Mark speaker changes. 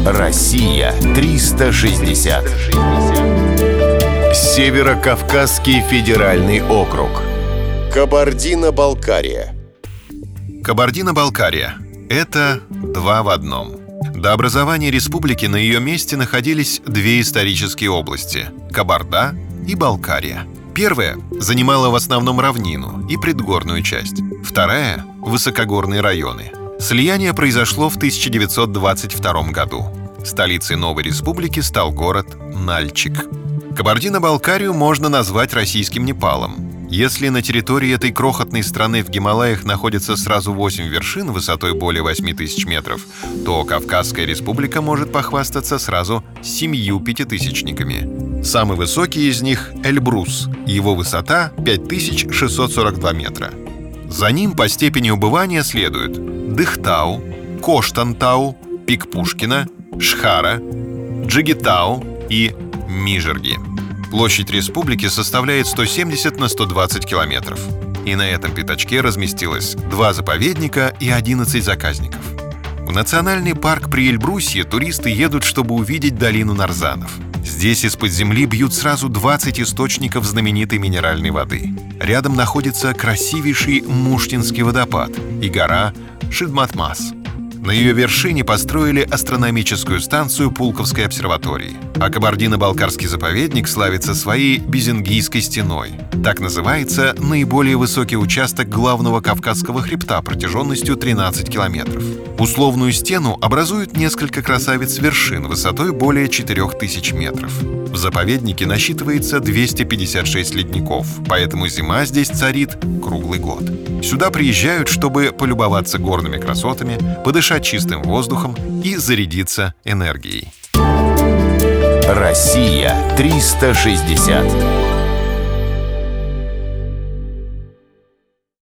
Speaker 1: Россия 360. Северо-Кавказский федеральный округ. Кабардино-Балкария.
Speaker 2: Кабардино-Балкария — это два в одном. До образования республики на ее месте находились две исторические области — Кабарда и Балкария. Первая занимала в основном равнину и предгорную часть. Вторая — высокогорные районы. Слияние произошло в 1922 году. Столицей новой республики стал город Нальчик. Кабардино-Балкарию можно назвать российским Непалом. Если на территории этой крохотной страны в Гималаях находятся сразу 8 вершин высотой более 8000 метров, то Кавказская республика может похвастаться сразу 7 пятитысячниками. Самый высокий из них — Эльбрус. Его высота — 5642 метра. За ним по степени убывания следуют Дыхтау, Коштантау, Пик Пушкина, Шхара, Джигитау и Мижерги. Площадь республики составляет 170 на 120 километров. И на этом пятачке разместилось 2 заповедника и 11 заказников. В национальный парк при Эльбрусе туристы едут, чтобы увидеть долину Нарзанов. Здесь из-под земли бьют сразу 20 источников знаменитой минеральной воды. Рядом находится красивейший Муштинский водопад и гора Шидматмас. На ее вершине построили астрономическую станцию Пулковской обсерватории. А Кабардино-Балкарский заповедник славится своей Безингийской стеной. Так называется наиболее высокий участок главного Кавказского хребта протяженностью 13 километров. Условную стену образуют несколько красавиц-вершин высотой более 4000 метров. В заповеднике насчитывается 256 ледников, поэтому зима здесь царит круглый год. Сюда приезжают, чтобы полюбоваться горными красотами, подышать чистым воздухом и зарядиться энергией.
Speaker 1: Россия 360.